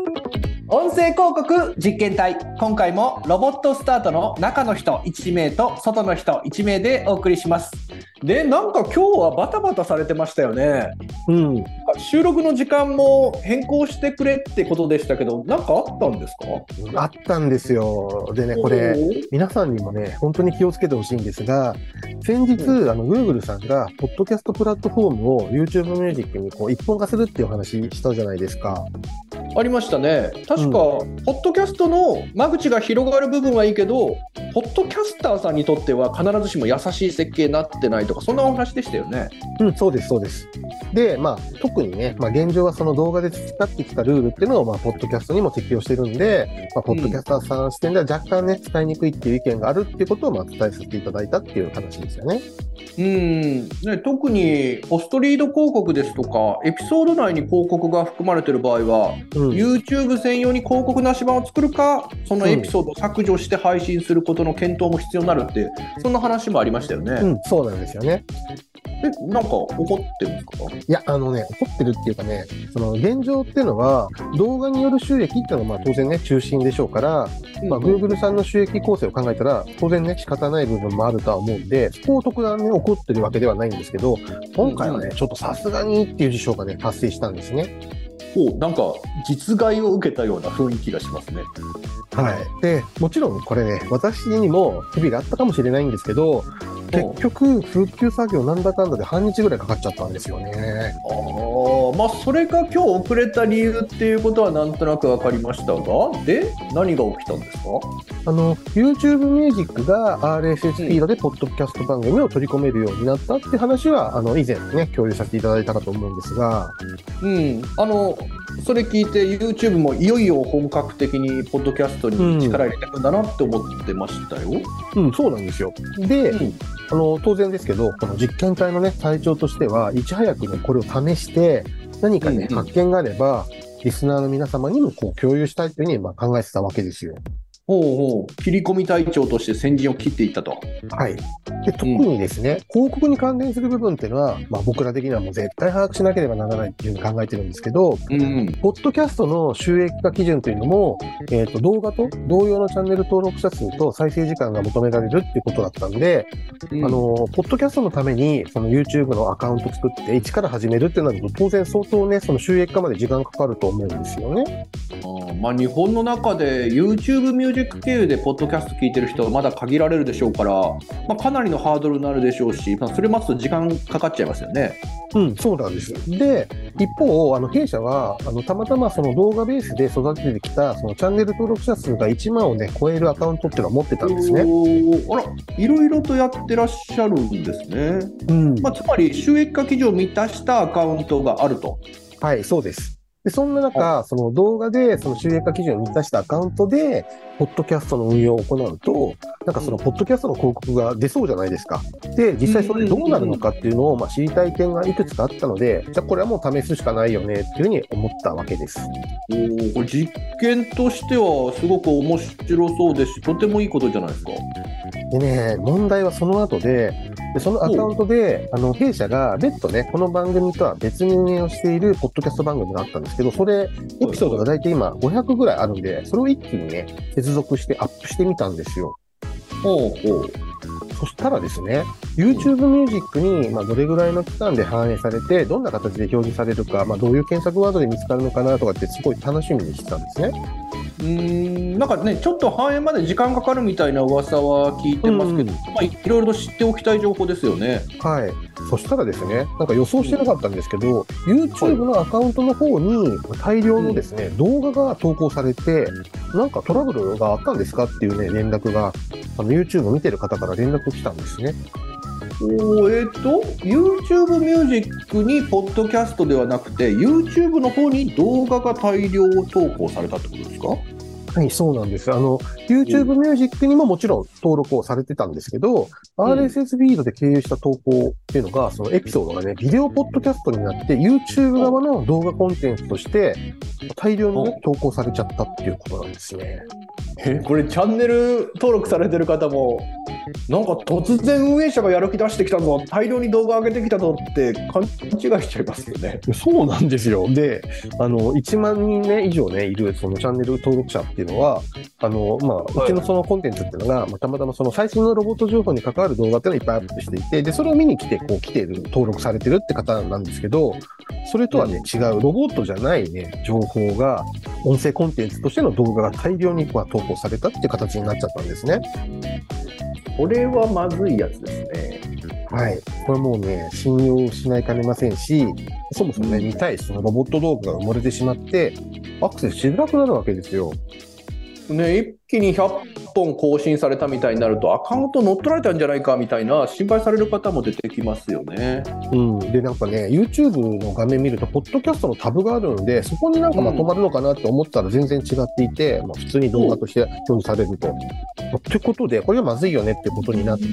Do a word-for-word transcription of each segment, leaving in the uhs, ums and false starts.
音声広告実験隊、今回もロボットスタートの中の人いち名と外の人いち名でお送りします。で、なんか今日はバタバタされてましたよね。 うん、 収録の時間も変更してくれってことでしたけど、なんかあったんですか？ あったんですよ。でね、これ、皆さんにもね、本当に気をつけてほしいんですが、先日、うん、あの、Google さんが、ポッドキャストプラットフォームを YouTube Music にこう一本化するっていう話したじゃないですか。 ありましたね。確か、うん、ポッドキャストの間口が広がる部分はいいけど、ポッドキャスターさんにとっては必ずしも優しい設計になってないとか、そんなお話でしたよね。 うん、そうです、そうです。で、まあ、特にね、まあ、現状はその動画で培ってきたルールっていうのを、まあ、ポッドキャストにも適用してるんで、まあ、ポッドキャスターさん視点では若干ね、使いにくいっていう意見があるっていうことを、まあ、伝えさせていただいたっていう話ですよね。 うん、ね、特にポストリード広告ですとか、エピソード内に広告が含まれている場合は、うん、YouTube 専用に広告なし版を作るか、そのエピソードを削除して配信することの検討も必要になるって、そんな話もありましたよね。 うん、そうなんですよね。 え、なんか怒ってるんですか？ いや、あのね、怒ってるっていうかね、その現状っていうのは、動画による収益っていうのはまあ当然ね、中心でしょうから、うん、まあ、Google さんの収益構成を考えたら、当然ね、仕方ない部分もあるとは思うんで、そこを特段ね、怒ってるわけではないんですけど、今回はね、うん、ちょっとさすがにっていう事象がね、発生したんですね。 お、なんか実害を受けたような雰囲気がしますね。 はい。で、もちろんこれね、私にも不備があったかもしれないんですけど、結局、復旧作業なんだかんだで半日ぐらいかかっちゃったんですよね。 ああ、まあ、それが今日遅れた理由っていうことはなんとなく分かりましたが、で、何が起きたんですか？ あの、YouTube Music が アールエスエス フィードでポッドキャスト番組を取り込めるようになったって話は、あの、以前ね、共有させていただいたかと思うんですが。 うん。あの、それ聞いて YouTube もいよいよ本格的にポッドキャストに力入れていくんだなって思ってましたよ。 うん、うん、そうなんですよ。で、うん、あの、当然ですけど、この実験体のね、隊長としては、いち早くね、これを試して、何かね、うんうん、発見があれば、リスナーの皆様にもこう共有したいというふうにまあ考えてたわけですよ。 ほうほう、切り込み隊長として先陣を切っていったと。 はい。で、特にですね、うん、広告に関連する部分っていうのは、まあ僕ら的にはもう絶対把握しなければならないっていうふうに考えてるんですけど、うんうん、ポッドキャストの収益化基準というのも、えっと、動画と同様のチャンネル登録者数と再生時間が求められるっていうことだったんで、うん、あの、ポッドキャストのために、その YouTube のアカウント作って一から始めるってなると、当然相当ね、その収益化まで時間かかると思うんですよね。 あ、まあ日本の中で YouTube ミュージック経由でポッドキャスト聞いてる人はまだ限られるでしょうから、まあ、かなりのハードルになるでしょうし、まあ、それ待つと時間かかっちゃいますよね。 うん、そうなんです。で、一方、あの弊社はあのたまたまその動画ベースで育ててきたそのチャンネル登録者数がいちまんをね超えるアカウントっていうのを持ってたんですね。 あら、いろいろとやってらっしゃるんですね。うん、まあ、つまり収益化基準を満たしたアカウントがあると。 はい、そうです。で、そんな中、その動画でその収益化基準を満たしたアカウントで、ポッドキャストの運用を行うと、なんかそのポッドキャストの広告が出そうじゃないですか。で、実際それでどうなるのかっていうのをまあ知りたい点がいくつかあったので、じゃあこれはもう試すしかないよねっていうふうに思ったわけです。 おー、これ実験としてはすごく面白そうですし、とてもいいことじゃないですか。 でね、問題はその後で、でそのアカウントで、あの、弊社が別途ね、この番組とは別に運営をしているポッドキャスト番組があったんですけど、それ、エピソードが大体今ごひゃくぐらいあるんで、それを一気にね、接続してアップしてみたんですよ。 ほうほう。 そしたらですね、YouTube Music にまあどれぐらいの期間で反映されて、どんな形で表示されるか、まあどういう検索ワードで見つかるのかなとかってすごい楽しみにしてたんですね。 うーん、なんかね、ちょっと反映まで時間かかるみたいな噂は聞いてますけど、うん、まあ、いろいろと知っておきたい情報ですよね。 はい。そしたらですね、なんか予想してなかったんですけど、うん、YouTube のアカウントの方に大量のですね、うん、動画が投稿されて、なんかトラブルがあったんですかっていうね、連絡が、あの YouTube を見てる方から連絡来たんですね。 おえっ、ー、と YouTube ミュージックにポッドキャストではなくて YouTube の方に動画が大量投稿されたってことですか？ はい、そうなんです。あの、YouTube Music にももちろん登録をされてたんですけど、うん、アールエスエス フィードで経由した投稿っていうのが、そのエピソードがね、ビデオポッドキャストになって YouTube 側の動画コンテンツとして大量に、ね、投稿されちゃったっていうことなんですね。 え、これチャンネル登録されてる方もなんか突然運営者がやる気出してきたぞ、大量に動画上げてきたぞって勘違いしちゃいますよね。 そうなんですよ。で、あの、いちまんにん、ね、以上ね、いるそのチャンネル登録者っていうのは、あの、まあ、うちのそのコンテンツっていうのが、まあ、たまたまその最新のロボット情報に関わる動画っていうのをいっぱいアップしていて、で、それを見に来て、こう、来てる、登録されてるって方なんですけど、それとはね、違う、ロボットじゃないね、情報が、音声コンテンツとしての動画が大量にこう投稿されたっていう形になっちゃったんですね。 これはまずいやつですね。 はい。これもうね、信用しないかねませんし、そもそもね、見たいそのロボット動画が埋もれてしまって、アクセスしづらくなるわけですよ。 ね、一気にひゃっぽん更新されたみたいになると、アカウント乗っ取られたんじゃないかみたいな心配される方も出てきますよね。 うん。で、なんかね、YouTube の画面見ると、ポッドキャストのタブがあるので、そこになんかまとまるのかなって思ったら全然違っていて、うん、まあ、普通に動画として表示されると。ってことで、これはまずいよねってことになって、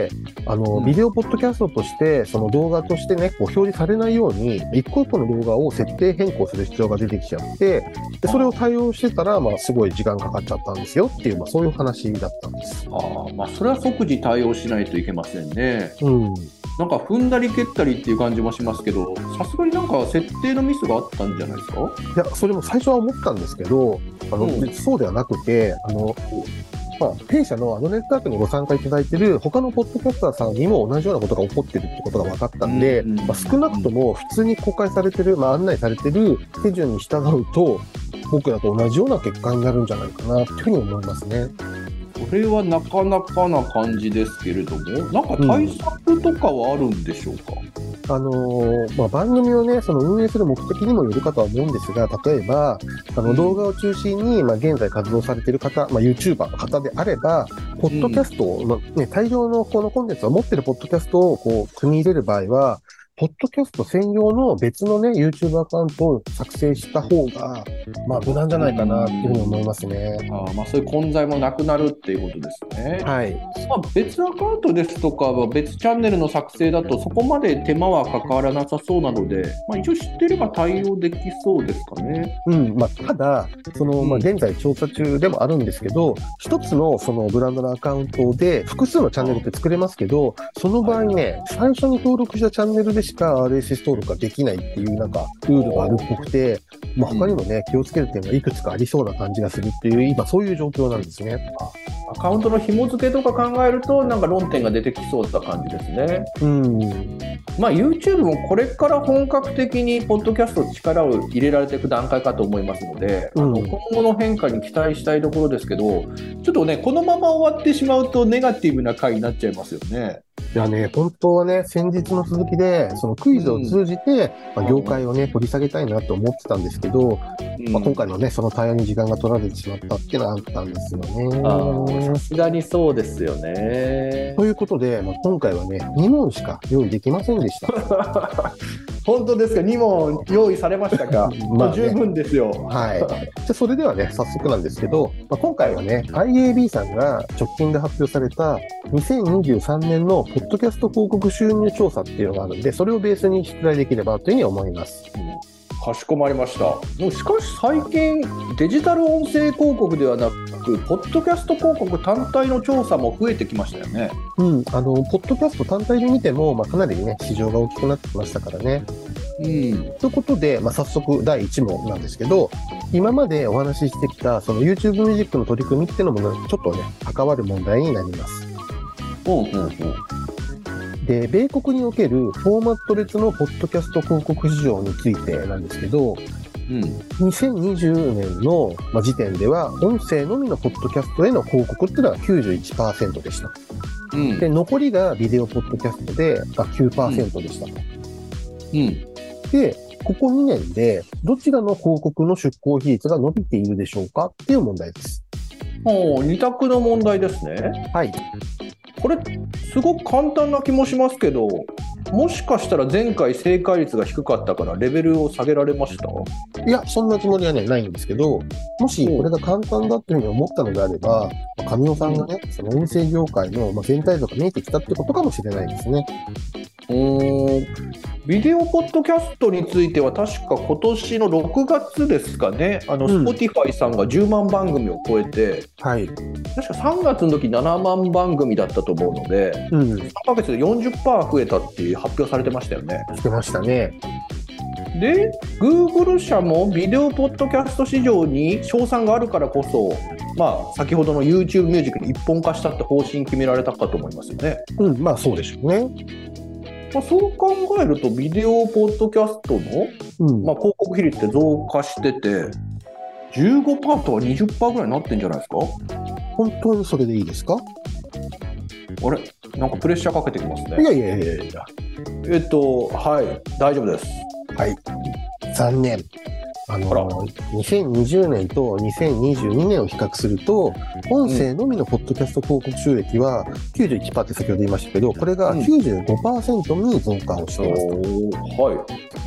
あの、ビデオポッドキャストとして、その動画としてね、こう表示されないように、一個一個の動画を設定変更する必要が出てきちゃって、で、それを対応してたら、まあ、すごい時間かかっちゃったんですよっていう、まあ、そういう話だったんです。 ああ、まあ、それは即時対応しないといけませんね。 うん。 なんか踏んだり蹴ったりっていう感じもしますけど、さすがになんか設定のミスがあったんじゃないですか？ いや、それも最初は思ったんですけど、あの、うん、そうではなくて、あの、まあ、弊社のあのネットワークにご参加いただいている他のポッドキャスターさんにも同じようなことが起こっているってことが分かったんで、まあ、少なくとも普通に公開されてる、まあ、案内されてる手順に従うと、僕らと同じような結果になるんじゃないかなというふうに思いますね。 これはなかなかな感じですけれども、なんか対策とかはあるんでしょうか？ うん、あのーまあ、番組をね、その運営する目的にもよるかとは思うんですが、例えば、あの動画を中心に、まあ、現在活動されている方、まあ、YouTuber の方であれば、ポッドキャストを、うんまあね、大量のこのコンテンツを持っているポッドキャストをこう組み入れる場合は、ポッドキャスト専用の別のね、YouTube アカウントを作成した方が、まあ、無難じゃないかなっていうふうに思いますね。 あまあ、そういう混在もなくなるっていうことですね。 はい。 まあ、別アカウントですとか、別チャンネルの作成だと、そこまで手間はかからなさそうなので、まあ、一応知ってれば対応できそうですかね。 うん、まあ、ただ、その、まあ、現在調査中でもあるんですけど、一つのそのブランドのアカウントで複数のチャンネルって作れますけど、その場合ね、最初に登録したチャンネルでしか アールエスエス 登録ができないっていうなんかルールがあるっぽくて、まあ、他にもね、気をつける点がいくつかありそうな感じがするっていう、今そういう状況なんですね。 アカウントの紐付けとか考えると、なんか論点が出てきそうな感じですね。 うん。 まあ YouTube もこれから本格的にポッドキャストに力を入れられていく段階かと思いますので、うん、あの今後の変化に期待したいところですけど、ちょっとね、このまま終わってしまうとネガティブな回になっちゃいますよね。 いやね、本当はね、先日の続きで、そのクイズを通じて、うんまあ、業界をね、掘り下げたいなと思ってたんですけど、うんまあ、今回のね、その対応に時間が取られてしまったっていうのはあったんですよね。 さすがにそうですよね。 ということで、まあ、今回はね、に問しか用意できませんでした。 本当ですか？に問用意されましたか？まあ、ね、十分ですよ。 はい。じゃあそれではね、早速なんですけど、まあ、今回はね、アイエービー さんが直近で発表されたにせんにじゅうさんねんのポッドキャスト広告収入調査っていうのがあるんで、それをベースに出題できればというふうに思います。 うん、かしこまりました。でもしかし最近デジタル音声広告ではなくポッドキャスト広告単体の調査も増えてきましたよね。 うん、あのポッドキャスト単体で見ても、まあ、かなりね市場が大きくなってきましたからね。うん、ということで、まあ、早速だいいち問なんですけど、今までお話ししてきたその YouTube ミュージックの取り組みっていうのも、ね、ちょっとね関わる問題になります。うんうんうんで、米国におけるフォーマット別のポッドキャスト広告市場についてなんですけど、うん、にせんにじゅうねんの時点では音声のみのポッドキャストへの広告っていうのは きゅうじゅういちパーセント でした、うん、で残りがビデオポッドキャストで きゅうパーセント でした、うんうん、でここにねんでどちらの広告の出稿比率が伸びているでしょうかっていう問題です。 おー、に択の問題ですね。 はい。 これすごく簡単な気もしますけど、もしかしたら前回正解率が低かったからレベルを下げられました？ いや、そんなつもりはねないんですけど、もしこれが簡単だっていうふうに思ったのであれば、神尾さんがね、その音声業界の全体像が見えてきたってことかもしれないですね。 うーんビデオポッドキャストについては確か今年のろくがつですかね、あの、 うん、 Spotify さんがじゅうまんばんぐみを超えて、 はい、 確かさんがつの時ななまんばんぐみだったと思うので、うん、さんかげつで よんじゅっパーセント 増えたって発表されてましたよね。 してましたね。 で、Google 社もビデオポッドキャスト市場に勝算があるからこそ、まあ、先ほどの YouTube ミュージックに一本化したって方針決められたかと思いますよね。 うん、まあそうでしょうね。 まあ、そう考えるとビデオポッドキャストの、うんまあ、広告比率って増加してて じゅうごパーセント とか にじゅっパーセント ぐらいになってんじゃないですか。 本当にそれでいいですか。 あれなんかプレッシャーかけてきますね。 いやいやいやいやえっとはい大丈夫です。 はい残念。あのにせんにじゅうねんとにせんにじゅうにねんを比較すると、音声のみのポッドキャスト広告収益は きゅうじゅういちパーセント って先ほど言いましたけど、これが きゅうじゅうごパーセント に増加をしています、うんはい、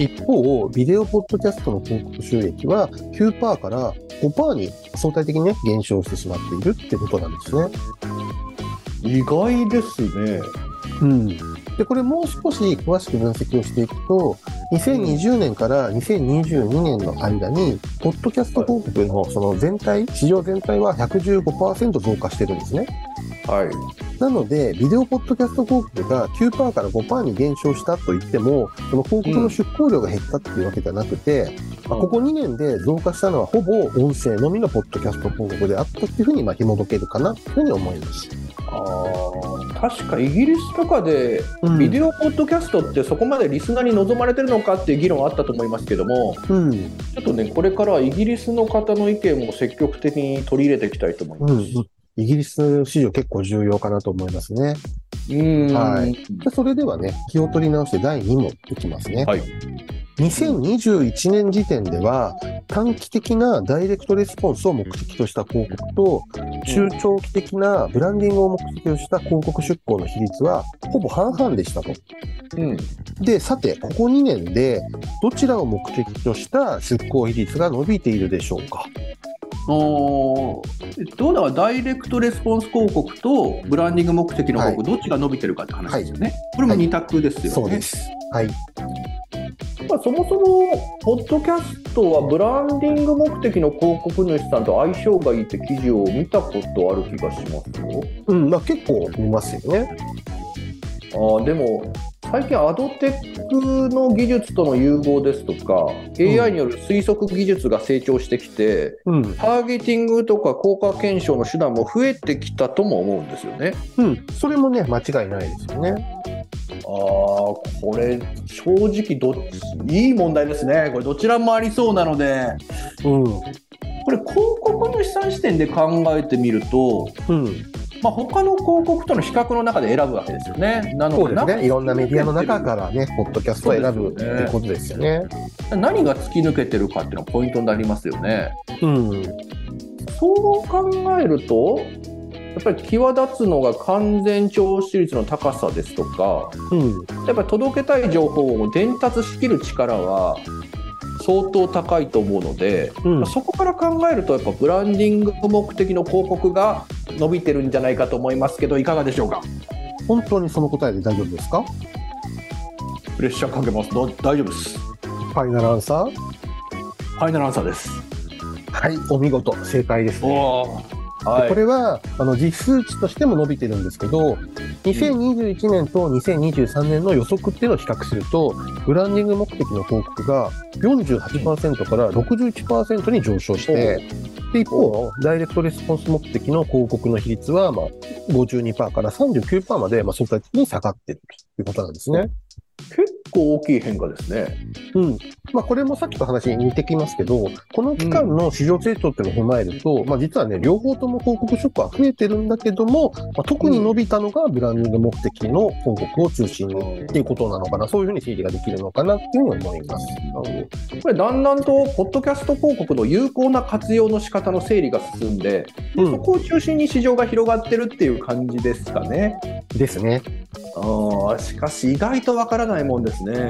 一方、ビデオポッドキャストの広告収益は きゅうパーセント から ごパーセント に相対的に、ね、減少してしまっているってことなんですね。 意外ですね。 うん。で、これもう少し詳しく分析をしていくと、にせんにじゅうねんからにせんにじゅうにねんの間に、ポッドキャスト広告のその全体、市場全体は ひゃくじゅうごパーセント 増加してるんですね。 はい。 なので、ビデオポッドキャスト広告が きゅうパーセント から ごパーセント に減少したと言っても、その広告の出稿量が減ったっていうわけじゃなくて、うんまあ、ここにねんで増加したのはほぼ音声のみのポッドキャスト広告であったっていうふうにまあ紐解けるかなというふうに思います。 あ確かイギリスとかでビデオポッドキャストってそこまでリスナーに望まれてるのかっていう議論あったと思いますけども、うん、ちょっとねこれからはイギリスの方の意見も積極的に取り入れていきたいと思います、うん、 イギリス市場結構重要かなと思いますね。うんはい、でそれではね気を取り直してだいに問いきますね。はいにせんにじゅういちねん時点では短期的なダイレクトレスポンスを目的とした広告と中長期的なブランディングを目的とした広告出稿の比率はほぼ半々でしたと、うん、でさてここにねんでどちらを目的とした出稿比率が伸びているでしょうか。 おどうだダイレクトレスポンス広告とブランディング目的の広告、はい、どっちが伸びてるかって話ですよね、はい、これもに択ですよね、はい、 そうです。はいまあ、そもそもポッドキャストはブランディング目的の広告主さんと相性がいいって記事を見たことある気がしますよ。 うん、まあ結構見ますよね。 あでも最近アドテックの技術との融合ですとか、うん、エーアイ による推測技術が成長してきて、うん、ターゲティングとか効果検証の手段も増えてきたとも思うんですよね。 うん、それもね間違いないですよね。 あこれ正直どっちいい問題ですね。これどちらもありそうなので、うん、これ広告主さん視点で考えてみると、うんまあ、他の広告との比較の中で選ぶわけですよね。なのでそうですね、いろんなメディアの中からねポッドキャストを選ぶっていうことですよね。 何が突き抜けてるかっていうのがポイントになりますよね。うん、そう考えるとやっぱり際立つのが完全聴取率の高さですとか、うん、やっぱり届けたい情報を伝達しきる力は相当高いと思うので、うん、そこから考えるとやっぱブランディング目的の広告が伸びてるんじゃないかと思いますけどいかがでしょうか。 本当にその答えで大丈夫ですか。 プレッシャーかけます。大丈夫です。 ファイナルアンサー。 ファイナルアンサーです。 はい、お見事正解ですね。はい、これはあの実数値としても伸びてるんですけど、にせんにじゅういちねんとにせんにじゅうさんねんの予測っていうのを比較すると、ブランディング目的の広告が よんじゅうはちパーセント から ろくじゅういちパーセント に上昇して、で一方ダイレクトレスポンス目的の広告の比率はまあ ごじゅうにパーセント から さんじゅうきゅうパーセント までまあ相対的に下がっているということなんですね。 結構大きい変化ですね。 うん。まあこれもさっきと話に似てきますけど、この期間の市場成長っていうのを踏まえると、うん、まあ実はね、両方とも広告出稿は増えてるんだけども、まあ、特に伸びたのがブランディング目的の広告を中心にっていうことなのかな、そういうふうに整理ができるのかなっていうふうに思います。 これだんだんと、ポッドキャスト広告の有効な活用の仕方の整理が進んで、うん、そこを中心に市場が広がってるっていう感じですかね。 ですね。 あしかし意外とわからないもんですね。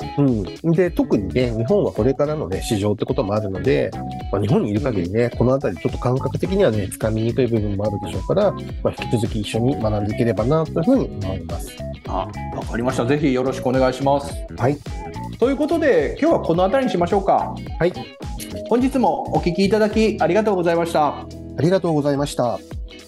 うん、で特にね日本はこれからの、ね、市場ってこともあるので、まあ、日本にいる限りねこのあたりちょっと感覚的にはねつかみにくい部分もあるでしょうから、まあ、引き続き一緒に学んでいければなというふうに思います。 あ、わかりました。ぜひよろしくお願いします。 はい。 ということで今日はこのあたりにしましょうか。 はい。 本日もお聞きいただきありがとうございました。 ありがとうございました。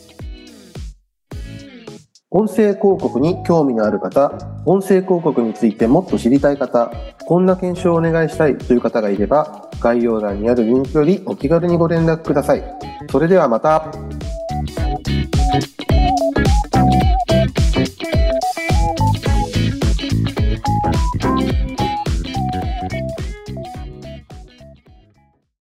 音声広告に興味のある方、音声広告についてもっと知りたい方、こんな検証をお願いしたいという方がいれば、概要欄にあるリンクよりお気軽にご連絡ください。それではまた。